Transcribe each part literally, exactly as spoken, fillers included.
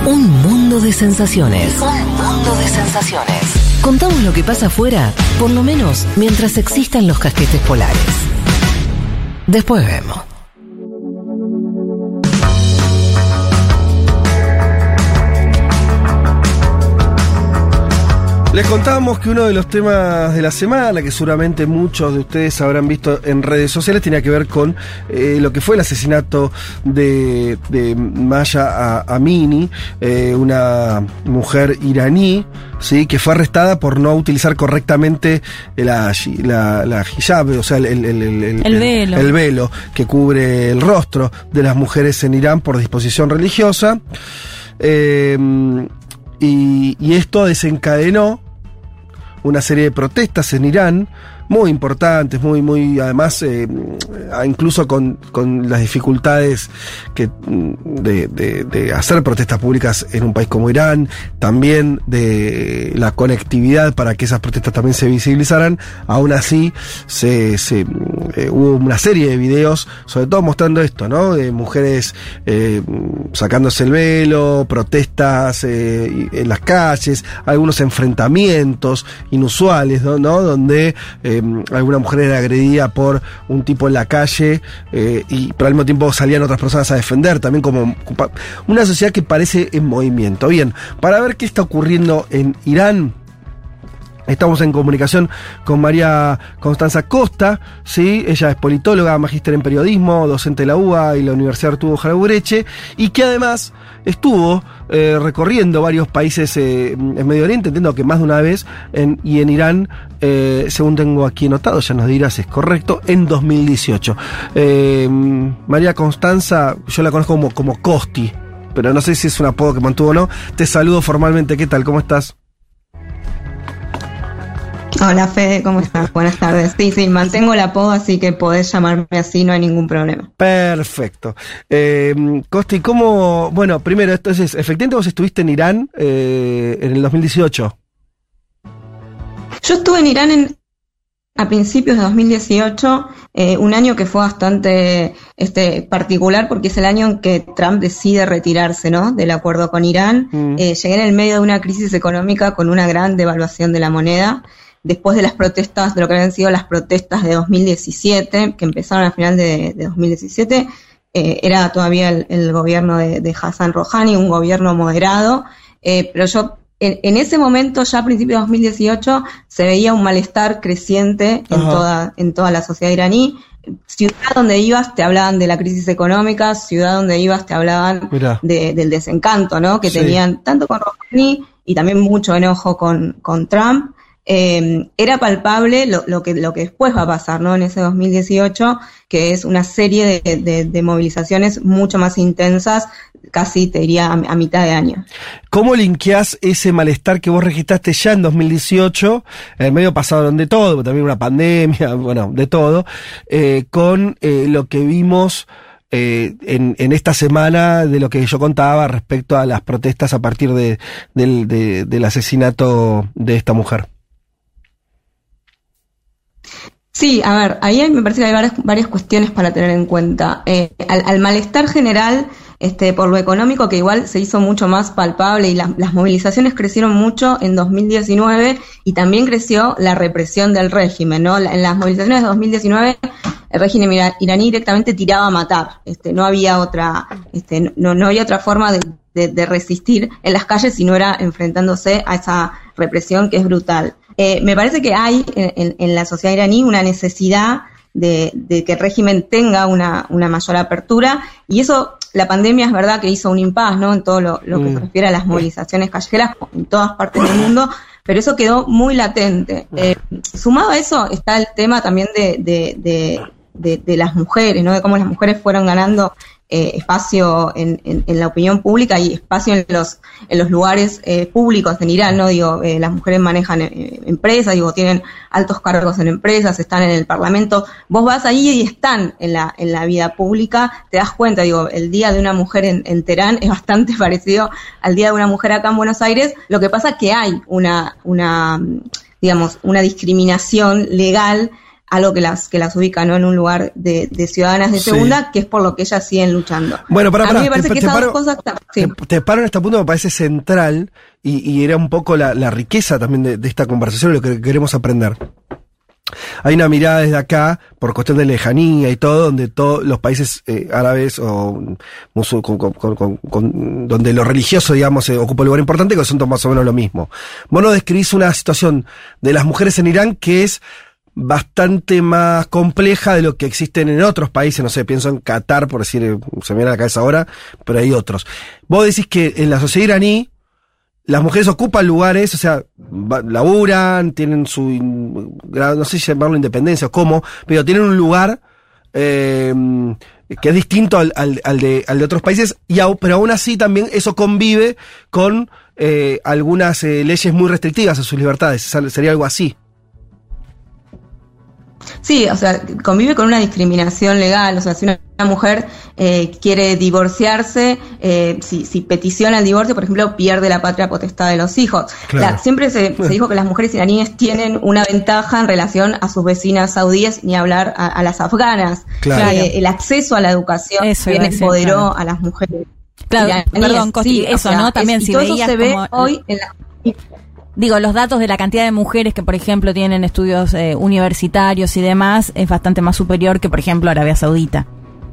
Un mundo de sensaciones. Un mundo de sensaciones. Contamos lo que pasa afuera, por lo menos mientras existan los casquetes polares. Después vemos. Les contábamos que uno de los temas de la semana, que seguramente muchos de ustedes habrán visto en redes sociales, tenía que ver con eh, lo que fue el asesinato de, de Mahsa Amini, eh, una mujer iraní, ¿sí?, que fue arrestada por no utilizar correctamente la, la, la hijab, o sea, el, el, el, el, el, velo. el velo que cubre el rostro de las mujeres en Irán por disposición religiosa. Eh, y, y esto desencadenó una serie de protestas en Irán muy importantes, muy, muy, además, eh, incluso con, con las dificultades que, de, de, de hacer protestas públicas en un país como Irán, también de la conectividad para que esas protestas también se visibilizaran. Aún así, se, se eh, hubo una serie de videos, sobre todo mostrando esto, ¿no? De mujeres eh, sacándose el velo, protestas eh, en las calles, algunos enfrentamientos inusuales, ¿no? ¿no? Donde eh, alguna mujer era agredida por un tipo en la calle eh, y pero al mismo tiempo salían otras personas a defender, también como una sociedad que parece en movimiento. Bien, para ver qué está ocurriendo en Irán, estamos en comunicación con María Constanza Costa, ¿sí? Ella es politóloga, magíster en periodismo, docente de la U B A y la Universidad Arturo Jauretche, y que además estuvo eh, recorriendo varios países eh, en Medio Oriente, entiendo que más de una vez, en, y en Irán, eh, según tengo aquí anotado, ya nos dirás si es correcto, en dos mil dieciocho. Eh, María Constanza, yo la conozco como, como Costi, pero no sé si es un apodo que mantuvo o no. Te saludo formalmente, ¿qué tal? ¿Cómo estás? Hola Fede, ¿cómo estás? Buenas tardes. Sí, sí, mantengo el apodo, así que podés llamarme así, no hay ningún problema. Perfecto. Eh, Costi, ¿cómo...? Bueno, primero, entonces, efectivamente vos estuviste en Irán eh, en el dos mil dieciocho. Yo estuve en Irán en, a principios de dos mil dieciocho, eh, un año que fue bastante este, particular porque es el año en que Trump decide retirarse, ¿no?, del acuerdo con Irán. Mm. Eh, llegué en el medio de una crisis económica con una gran devaluación de la moneda. Después de las protestas, de lo que habían sido las protestas de dos mil diecisiete, que empezaron al final de, de dos mil diecisiete, eh, era todavía el, el gobierno de, de Hassan Rouhani, un gobierno moderado, eh, pero yo, en, en ese momento, ya a principios de dos mil dieciocho, se veía un malestar creciente en toda, en toda la sociedad iraní. Ciudad donde ibas te hablaban de la crisis económica, ciudad donde ibas te hablaban de, del desencanto, ¿no?, que sí. tenían tanto con Rouhani y también mucho enojo con, con Trump. Eh, era palpable lo, lo que lo que después va a pasar, ¿no?, en ese dos mil dieciocho, que es una serie de, de, de movilizaciones mucho más intensas, casi te diría a, a mitad de año. ¿Cómo linkeás ese malestar que vos registraste ya en dos mil dieciocho, en el medio pasaron de todo, también una pandemia, bueno, de todo, eh, con eh, lo que vimos Eh, en, en esta semana de lo que yo contaba respecto a las protestas a partir de, del, de, del asesinato de esta mujer? Sí, a ver, ahí me parece que hay varias, varias cuestiones para tener en cuenta. Eh, al, al malestar general, este, por lo económico, que igual se hizo mucho más palpable y la, las movilizaciones crecieron mucho en dos mil diecinueve y también creció la represión del régimen, ¿no? En las movilizaciones de dos mil diecinueve el régimen iraní directamente tiraba a matar, este, no había otra, este, no, no había otra forma de, de, de resistir en las calles si no era enfrentándose a esa represión que es brutal. Eh, me parece que hay en, en, en la sociedad iraní una necesidad de, de que el régimen tenga una, una mayor apertura, y eso, la pandemia es verdad que hizo un impasse, ¿no?, en todo lo, lo que se refiere a las movilizaciones callejeras en todas partes del mundo, pero eso quedó muy latente. Eh, sumado a eso está el tema también de, de, de De, de las mujeres, ¿no?, de cómo las mujeres fueron ganando eh, espacio en, en, en la opinión pública y espacio en los en los lugares eh, públicos en Irán, ¿no? Digo, eh, las mujeres manejan eh, empresas, digo, tienen altos cargos en empresas, están en el parlamento. Vos vas ahí y están en la en la vida pública, te das cuenta, digo, el día de una mujer en, en Teherán es bastante parecido al día de una mujer acá en Buenos Aires. Lo que pasa es que hay una una digamos una discriminación legal algo que las que las ubica, ¿no?, en un lugar de, de ciudadanas de segunda, sí, que es por lo que ellas siguen luchando. Bueno, para, para, a mí me parece te, que te esas paro, dos cosas... Sí. Te, te paro en este punto, me parece central, y, y era un poco la, la riqueza también de, de esta conversación, lo que queremos aprender. Hay una mirada desde acá, por cuestión de lejanía y todo, donde todos los países eh, árabes o musul, con, con, con, con, con, donde lo religioso, digamos, eh, ocupa un lugar importante, que son más o menos lo mismo. Vos nos describís una situación de las mujeres en Irán que es bastante más compleja de lo que existen en otros países, no sé, pienso en Qatar, por decir, se me viene a la cabeza ahora, pero hay otros. Vos decís que en la sociedad iraní, las mujeres ocupan lugares, o sea, laburan, tienen su, no sé si llamarlo independencia o cómo, pero tienen un lugar eh, que es distinto al, al, al, de, al de otros países, y au, pero aún así también eso convive con eh, algunas eh, leyes muy restrictivas a sus libertades, sería algo así. Sí, o sea, convive con una discriminación legal, o sea, si una mujer eh, quiere divorciarse, eh, si, si peticiona el divorcio, por ejemplo, pierde la patria potestad de los hijos. Claro. La, siempre se, se dijo que las mujeres iraníes tienen una ventaja en relación a sus vecinas saudíes, ni hablar a, a las afganas. Claro. Eh, el acceso a la educación eso bien empoderó claro. a las mujeres. Claro, iraníes. Perdón, Costi, sí, eso, o sea, ¿no? También es, si veías eso se ve como... hoy en la... Digo, los datos de la cantidad de mujeres que, por ejemplo, tienen estudios eh, universitarios y demás, es bastante más superior que, por ejemplo, Arabia Saudita.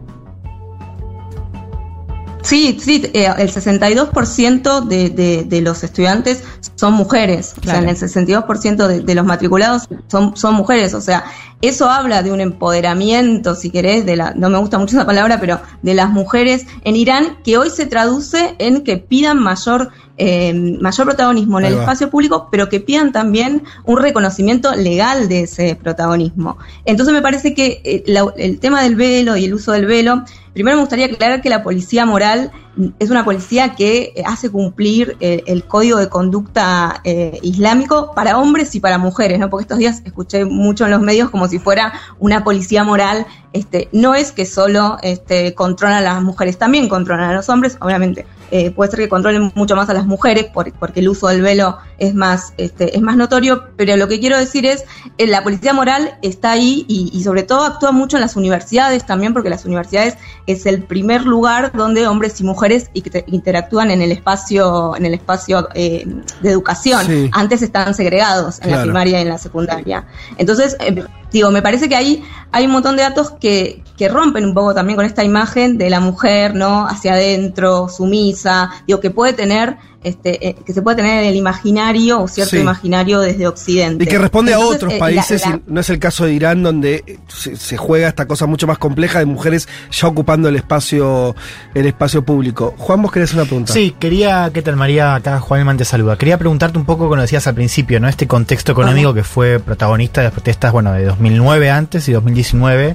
Sí, sí, eh, el sesenta y dos por ciento de, de, de los estudiantes son mujeres, claro. O sea, en el sesenta y dos por ciento de, de los matriculados son, son mujeres, o sea, eso habla de un empoderamiento, si querés, de la, no me gusta mucho esa palabra, pero de las mujeres en Irán, que hoy se traduce en que pidan mayor eh, mayor protagonismo en el espacio público, pero que pidan también un reconocimiento legal de ese protagonismo. Entonces me parece que eh, la, el tema del velo y el uso del velo, primero me gustaría aclarar que la policía moral es una policía que hace cumplir eh, el código de conducta eh, islámico para hombres y para mujeres, ¿no? Porque estos días escuché mucho en los medios como si fuera una policía moral. Este, no es que solo este, controlan a las mujeres, también controlan a los hombres, obviamente. Eh, puede ser que controlen mucho más a las mujeres por, porque el uso del velo es más este, es más notorio, pero lo que quiero decir es eh, la policía moral está ahí y, y sobre todo actúa mucho en las universidades también, porque las universidades es el primer lugar donde hombres y mujeres interactúan en el espacio en el espacio eh, de educación. Sí. Antes estaban segregados en claro. la primaria y en la secundaria. Entonces, eh, digo, me parece que ahí hay un montón de datos que, que rompen un poco también con esta imagen de la mujer, ¿no? Hacia adentro, sumisa, digo, que puede tener, este, eh, que se puede tener en el imaginario o cierto sí. imaginario desde Occidente. Y que responde Entonces, a otros eh, países, la, la, y no es el caso de Irán, donde se, se juega esta cosa mucho más compleja de mujeres ya ocupando el espacio, el espacio público. Juan, vos querés una pregunta. Sí, quería, ¿qué tal María? Acá Juan Elman te saluda. Quería preguntarte un poco, como decías al principio, ¿no? Este contexto económico uh-huh. que fue protagonista de las protestas, bueno, de dos mil nueve antes y dos mil diecinueve.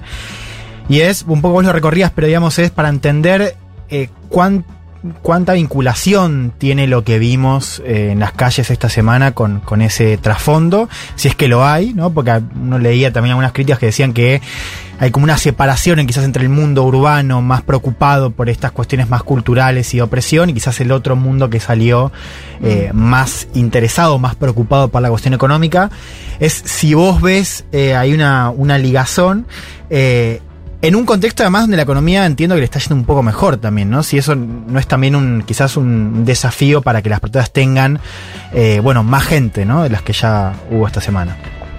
Y es, un poco vos lo recorrías, pero digamos es para entender eh, cuán, cuánta vinculación tiene lo que vimos eh, en las calles esta semana con, con ese trasfondo, si es que lo hay, ¿no? Porque uno leía también algunas críticas que decían que hay como una separación en, quizás entre el mundo urbano más preocupado por estas cuestiones más culturales y de opresión, y quizás el otro mundo que salió eh, más interesado, más preocupado por la cuestión económica. Es si vos ves eh, hay una, una ligazón eh, en un contexto además donde la economía entiendo que le está yendo un poco mejor también, ¿no? Si eso no es también un quizás un desafío para que las protestas tengan eh, bueno, más gente, ¿no? De las que ya hubo esta semana.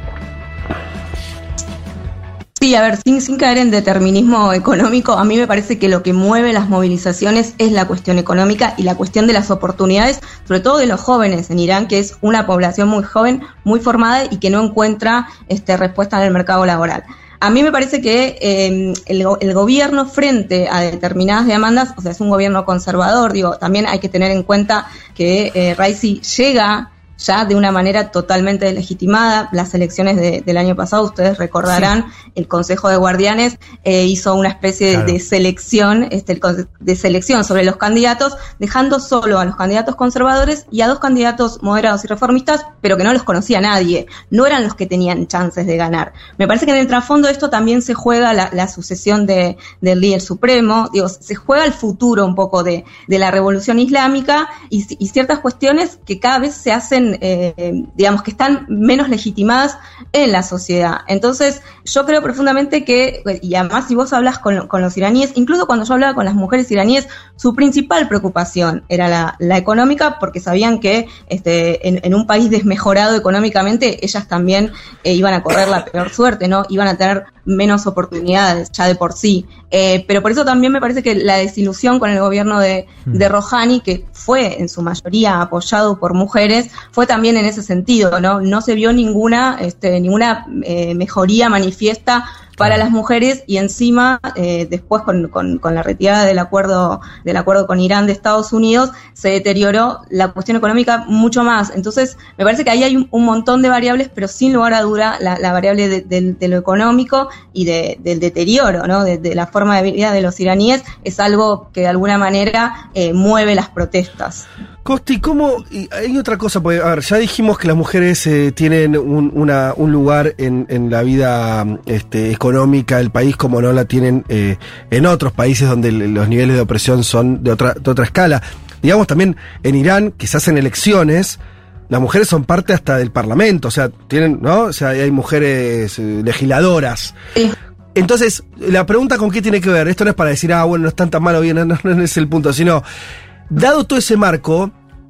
Sí, a ver, sin, sin caer en determinismo económico, a mí me parece que lo que mueve las movilizaciones es la cuestión económica y la cuestión de las oportunidades, sobre todo de los jóvenes en Irán, que es una población muy joven, muy formada y que no encuentra este, respuesta en el mercado laboral. A mí me parece que eh, el, el gobierno frente a determinadas demandas, o sea, es un gobierno conservador, digo, también hay que tener en cuenta que eh, Raisi llega ya de una manera totalmente deslegitimada. Las elecciones de, del año pasado, ustedes recordarán, sí. el Consejo de Guardianes eh, hizo una especie claro. de selección, este, de selección sobre los candidatos, dejando solo a los candidatos conservadores y a dos candidatos moderados y reformistas, pero que no los conocía nadie, no eran los que tenían chances de ganar. Me parece que en el trasfondo de esto también se juega la, la sucesión de, del líder supremo, digo, se juega el futuro un poco de, de la revolución islámica y, y ciertas cuestiones que cada vez se hacen tienen, eh, digamos, que están menos legitimadas en la sociedad. Entonces, yo creo profundamente que, y además si vos hablas con, con los iraníes, incluso cuando yo hablaba con las mujeres iraníes, su principal preocupación era la, la económica, porque sabían que este, en, en un país desmejorado económicamente, ellas también eh, iban a correr la peor suerte, ¿no? Iban a tener menos oportunidades ya de por sí. Eh, pero por eso también me parece que la desilusión con el gobierno de, de Rouhani, que fue en su mayoría apoyado por mujeres, fue también en ese sentido, ¿no? No se vio ninguna, este, ninguna eh, mejoría manifiesta para las mujeres, y encima eh, después con, con, con la retirada del acuerdo del acuerdo con Irán de Estados Unidos se deterioró la cuestión económica mucho más. Entonces me parece que ahí hay un, un montón de variables, pero sin lugar a duda la, la variable de, de, de lo económico y de, del deterioro, ¿no? de, de la forma de vida de los iraníes es algo que de alguna manera eh, mueve las protestas. Costi, ¿cómo? Y hay otra cosa, porque, a ver, ya dijimos que las mujeres eh, tienen un, una, un lugar en, en la vida este, económica del país como no la tienen eh, en otros países donde los niveles de opresión son de otra, de otra escala. Digamos, también en Irán, que se hacen elecciones, las mujeres son parte hasta del parlamento, o sea, tienen, ¿no? O sea, hay mujeres eh, legisladoras. Sí. Entonces, la pregunta con qué tiene que ver, esto no es para decir, ah, bueno, no están tan mal o bien, no, no, no es el punto, sino... Dado todo ese marco,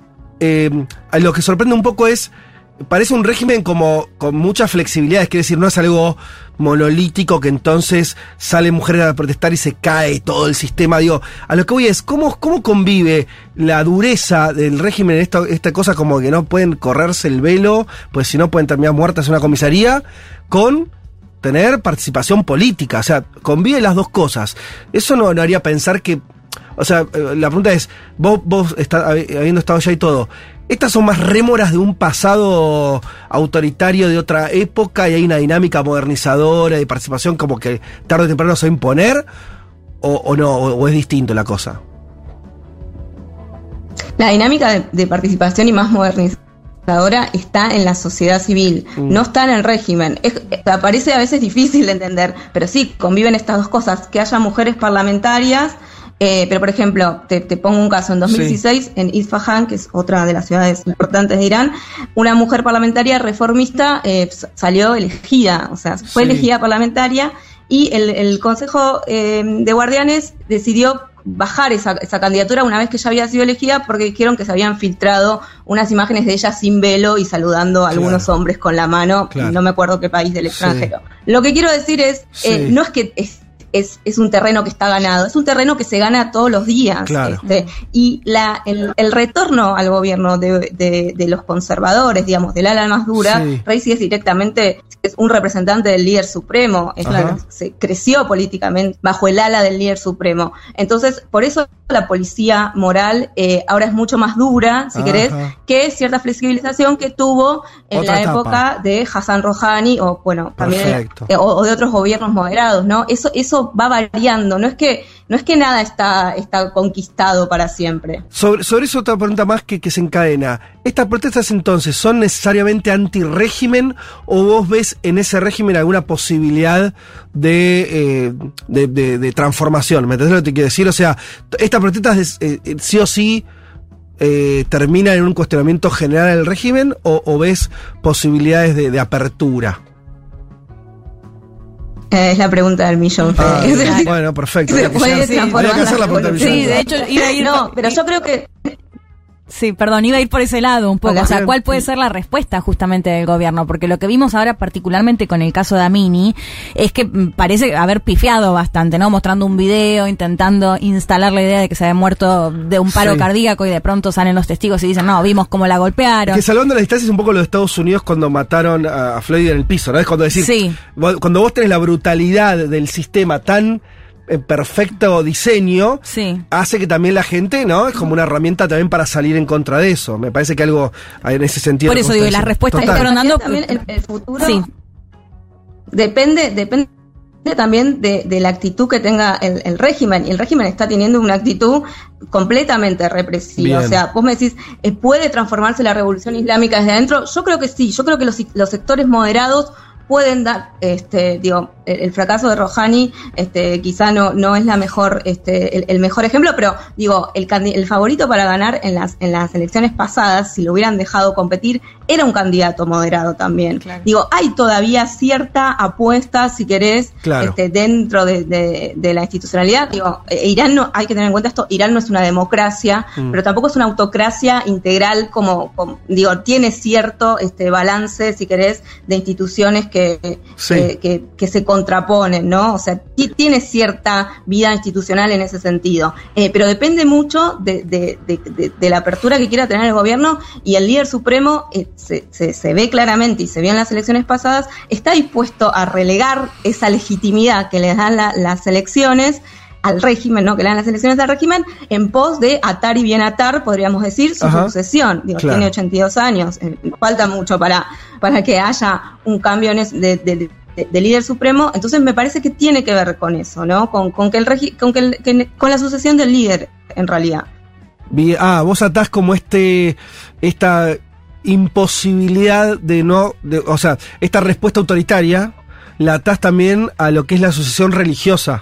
eh, lo que sorprende un poco es, parece un régimen como con muchas flexibilidades, quiere decir, no es algo monolítico que entonces salen mujeres a protestar y se cae todo el sistema. Digo, a lo que voy es, ¿cómo, cómo convive la dureza del régimen en esta, esta cosa como que no pueden correrse el velo, pues si no pueden terminar muertas en una comisaría, con tener participación política? O sea, convive las dos cosas. Eso no, no haría pensar que... O sea, la pregunta es, vos, vos está, habiendo estado allá y todo, ¿estas son más rémoras de un pasado autoritario de otra época y hay una dinámica modernizadora de participación como que tarde o temprano se va a imponer? ¿O, o no? O, ¿O es distinto la cosa? La dinámica de, de participación y más modernizadora está en la sociedad civil, mm. no está en el régimen. Es, parece a veces difícil de entender, pero sí, conviven estas dos cosas, que haya mujeres parlamentarias. Eh, pero, por ejemplo, te, te pongo un caso. En dos mil dieciséis, sí. en Isfahan, que es otra de las ciudades importantes de Irán, una mujer parlamentaria reformista eh, salió elegida, o sea, fue sí. elegida parlamentaria, y el, el Consejo eh, de Guardianes decidió bajar esa, esa candidatura una vez que ya había sido elegida, porque dijeron que se habían filtrado unas imágenes de ella sin velo y saludando a claro. algunos hombres con la mano, claro. no me acuerdo qué país del extranjero. Sí. Lo que quiero decir es, sí. eh, no es que... Es, Es, es un terreno que está ganado, es un terreno que se gana todos los días. Claro. Este, y la, el, el retorno al gobierno de, de, de los conservadores, digamos, del ala más dura, sí. Raisi es directamente es un representante del líder supremo, es una, se creció políticamente bajo el ala del líder supremo. Entonces, por eso la policía moral eh, ahora es mucho más dura, si Ajá. querés, que cierta flexibilización que tuvo en Otra la etapa. época de Hassan Rouhani, o bueno, también eh, o, o de otros gobiernos moderados, ¿no? Eso, eso va variando, no es que no es que nada está, está conquistado para siempre. Sobre, sobre eso otra pregunta más que, que se encadena. ¿Estas protestas entonces son necesariamente anti-régimen o vos ves en ese régimen alguna posibilidad de, eh, de, de, de transformación? ¿Me entendés lo que te quiero decir? O sea, estas protestas eh, sí o sí eh, terminan en un cuestionamiento general del régimen o, o ves posibilidades de, de apertura. Es la pregunta del millón. Ah, bueno, perfecto. Se puede transformar. Había que hacer la pregunta del millón. Sí, de hecho, iba a ir. No, pero yo creo que. Sí, perdón, iba a ir por ese lado un poco. Hola, o sea, ¿cuál puede ser la respuesta justamente del gobierno? Porque lo que vimos ahora, particularmente con el caso de Amini, es que parece haber pifiado bastante, ¿no? Mostrando un video, intentando instalar la idea de que se había muerto de un paro sí. cardíaco y de pronto salen los testigos y dicen, no, vimos cómo la golpearon. Que salvando la distancia es un poco lo de Estados Unidos cuando mataron a Floyd en el piso, ¿no? Es cuando decir, sí. cuando vos tenés la brutalidad del sistema tan... en perfecto diseño, sí. hace que también la gente, ¿no? Es como una herramienta también para salir en contra de eso. Me parece que algo en ese sentido. Por eso digo, la respuesta que fueron dando. También el, el futuro sí. depende, depende también de, de la actitud que tenga el, el régimen. Y el régimen está teniendo una actitud completamente represiva. Bien. O sea, vos me decís, ¿puede transformarse la revolución islámica desde adentro? Yo creo que sí. Yo creo que los, los sectores moderados pueden dar, este, digo, el, el fracaso de Rouhani, este, quizá no, no es la mejor, este, el, el mejor ejemplo, pero digo, el, el favorito para ganar en las, en las elecciones pasadas, si lo hubieran dejado competir, era un candidato moderado también. Claro. Digo, hay todavía cierta apuesta, si querés, claro. este, dentro de, de, de la institucionalidad. Digo, Irán no, hay que tener en cuenta esto, Irán no es una democracia, mm. pero tampoco es una autocracia integral como, como digo, tiene cierto este balance, si querés, de instituciones que, sí. que, que, que se contraponen, ¿no? O sea, t- tiene cierta vida institucional en ese sentido. Eh, pero depende mucho de, de, de, de, de la apertura que quiera tener el gobierno, y el líder supremo eh, se, se, se ve claramente, y se vio en las elecciones pasadas, está dispuesto a relegar esa legitimidad que le dan la, las elecciones al régimen, ¿no? Que le dan las elecciones del régimen, en pos de atar y bien atar, podríamos decir, su Ajá. sucesión. Digo, claro. tiene ochenta y dos años, eh, falta mucho para, para que haya un cambio en ese, de, de, de, de líder supremo, entonces me parece que tiene que ver con eso, ¿no? Con, con que el regi- con que, el, que con la sucesión del líder, en realidad. Ah, vos atás como este, esta imposibilidad de no, de, o sea, esta respuesta autoritaria, la atás también a lo que es la sucesión religiosa.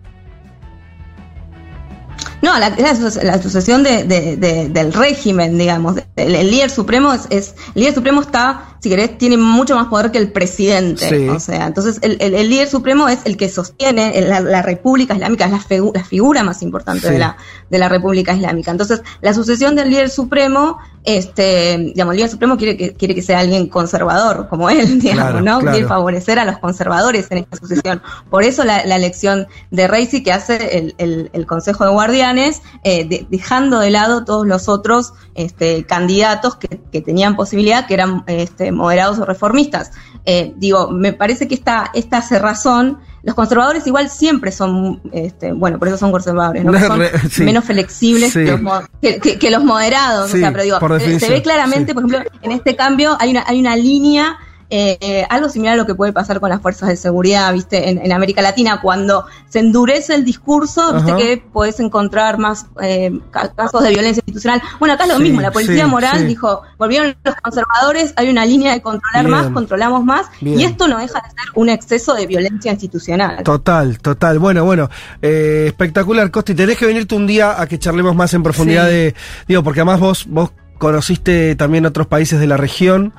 No, la, la, la sucesión de, de, de, del régimen, digamos. El, el líder supremo es, es, el líder supremo está, si querés, tiene mucho más poder que el presidente. Sí. O sea, entonces el, el, el líder supremo es el que sostiene la, la República Islámica, es la, fegu, la figura más importante sí. de la, de la República Islámica. Entonces, la sucesión del líder supremo, este, digamos, el líder supremo quiere que, quiere que sea alguien conservador, como él, digamos, claro, ¿no? Claro. Quiere favorecer a los conservadores en esta sucesión. Por eso la, la elección de Raisi que hace el, el, el Consejo de Guardianes, Eh, de, dejando de lado todos los otros este, candidatos que, que tenían posibilidad, que eran este, moderados o reformistas. Eh, digo, me parece que esta, esta cerrazón, los conservadores igual siempre son, este, bueno, por eso son conservadores, ¿no? Son sí. menos flexibles sí. que, los, que, que, que los moderados, sí, o sea, pero digo, se, se ve claramente, sí. por ejemplo, en este cambio hay una, hay una línea. Eh, eh, algo similar a lo que puede pasar con las fuerzas de seguridad, viste, en, en América Latina, cuando se endurece el discurso, viste, Ajá. que podés encontrar más eh, casos de violencia institucional. Bueno, acá es lo sí, mismo, la policía sí, moral sí. dijo, volvieron los conservadores, hay una línea de controlar Bien. más, controlamos más, Bien. y esto no deja de ser un exceso de violencia institucional. Total, total, bueno, bueno, eh, espectacular, Costi, tenés que venirte un día a que charlemos más en profundidad sí. de, digo, porque además vos, vos conociste también otros países de la región,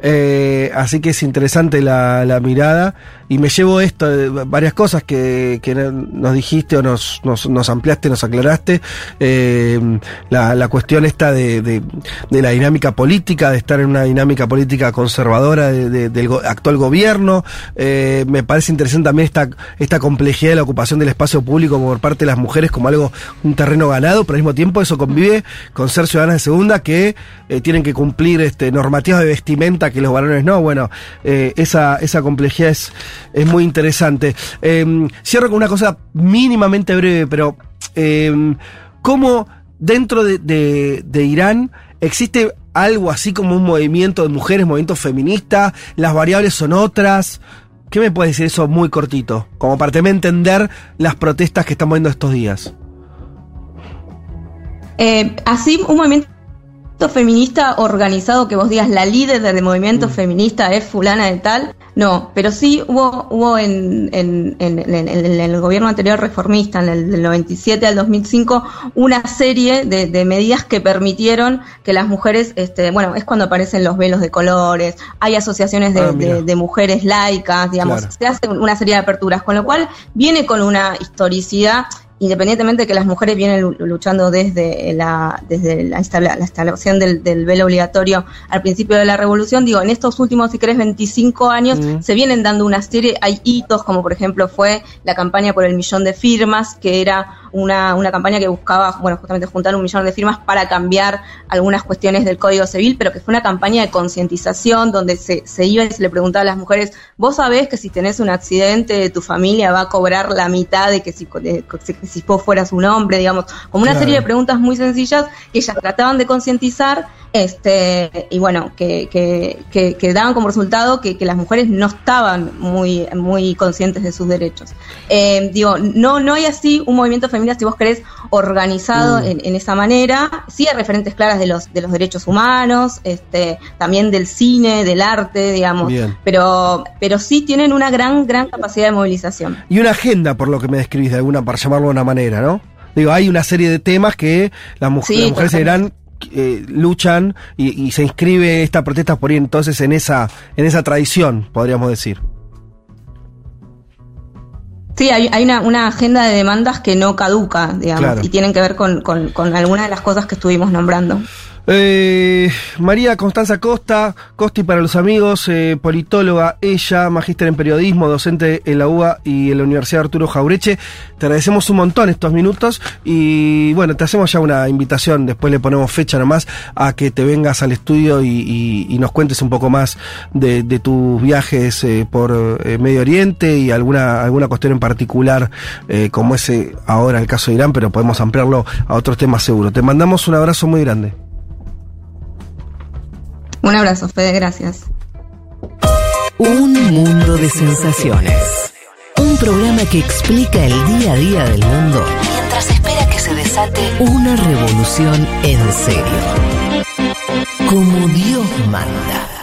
eh, así que es interesante la, la mirada, y me llevo esto, varias cosas que, que nos dijiste o nos, nos, nos ampliaste, nos aclaraste, eh, la, la cuestión esta de, de, de la dinámica política, de estar en una dinámica política conservadora de, de, del go, actual gobierno, eh, me parece interesante también esta, esta complejidad de la ocupación del espacio público por parte de las mujeres como algo, un terreno ganado, pero al mismo tiempo eso convive con ser ciudadanas de segunda que Eh, tienen que cumplir este, normativas de vestimenta que los varones no. Bueno, eh, esa, esa complejidad es, es muy interesante. Eh, cierro con una cosa mínimamente breve, pero eh, ¿cómo dentro de, de, de Irán existe algo así como un movimiento de mujeres, movimiento feminista? ¿Las variables son otras? ¿Qué me puede decir eso muy cortito? Como para también entender las protestas que estamos viendo estos días. Eh, así, un movimiento feminista organizado que vos digas la líder del movimiento mm. feminista es fulana de tal, no, pero sí hubo hubo en, en, en, en, en el gobierno anterior reformista, en el del noventa y siete al dos mil cinco, una serie de, de medidas que permitieron que las mujeres, este, bueno, es cuando aparecen los velos de colores, hay asociaciones de, ah, de, de mujeres laicas, digamos, claro. se hace una serie de aperturas, con lo cual viene con una historicidad, independientemente de que las mujeres vienen luchando desde la desde la, instabla, la instalación del, del velo obligatorio al principio de la revolución, digo, en estos últimos, si querés, veinticinco años, mm. se vienen dando una serie, hay hitos, como por ejemplo fue la campaña por el millón de firmas, que era una, una campaña que buscaba, bueno, justamente juntar un millón de firmas para cambiar algunas cuestiones del Código Civil, pero que fue una campaña de concientización donde se, se iba y se le preguntaba a las mujeres, vos sabés que si tenés un accidente, tu familia va a cobrar la mitad de que si, de, que si vos fueras un hombre, digamos, como una claro. serie de preguntas muy sencillas que ellas trataban de concientizar Este, y bueno, que, que, que, que daban como resultado que, que las mujeres no estaban muy, muy conscientes de sus derechos. Eh, digo, no, no hay así un movimiento feminista, si vos querés, organizado mm. en, en esa manera. Sí hay referentes claras de los, de los derechos humanos, este, también del cine, del arte, digamos. Bien. Pero, pero sí tienen una gran, gran capacidad de movilización. Y una agenda, por lo que me describís de alguna, para llamarlo de una manera, ¿no? Digo, hay una serie de temas que las, muj- sí, las mujeres de Irán eh, luchan y, y se inscribe esta protesta por ahí entonces en esa, en esa tradición, podríamos decir. Sí, hay, hay una, una agenda de demandas que no caduca, digamos, claro. y tienen que ver con, con, con algunas de las cosas que estuvimos nombrando. Eh, María Constanza Costa, Costi para los amigos, eh, politóloga, ella, magíster en periodismo, docente en la U B A y en la Universidad Arturo Jaureche. Te agradecemos un montón estos minutos y bueno, te hacemos ya una invitación, después le ponemos fecha nomás a que te vengas al estudio y, y, y nos cuentes un poco más de, de tus viajes eh, por eh, Medio Oriente y alguna, alguna cuestión en particular eh, como ese ahora el caso de Irán, pero podemos ampliarlo a otros temas seguro. Te mandamos un abrazo muy grande. Un abrazo, Fede, gracias. Un mundo de sensaciones. Un programa que explica el día a día del mundo mientras espera que se desate una revolución en serio. Como Dios manda.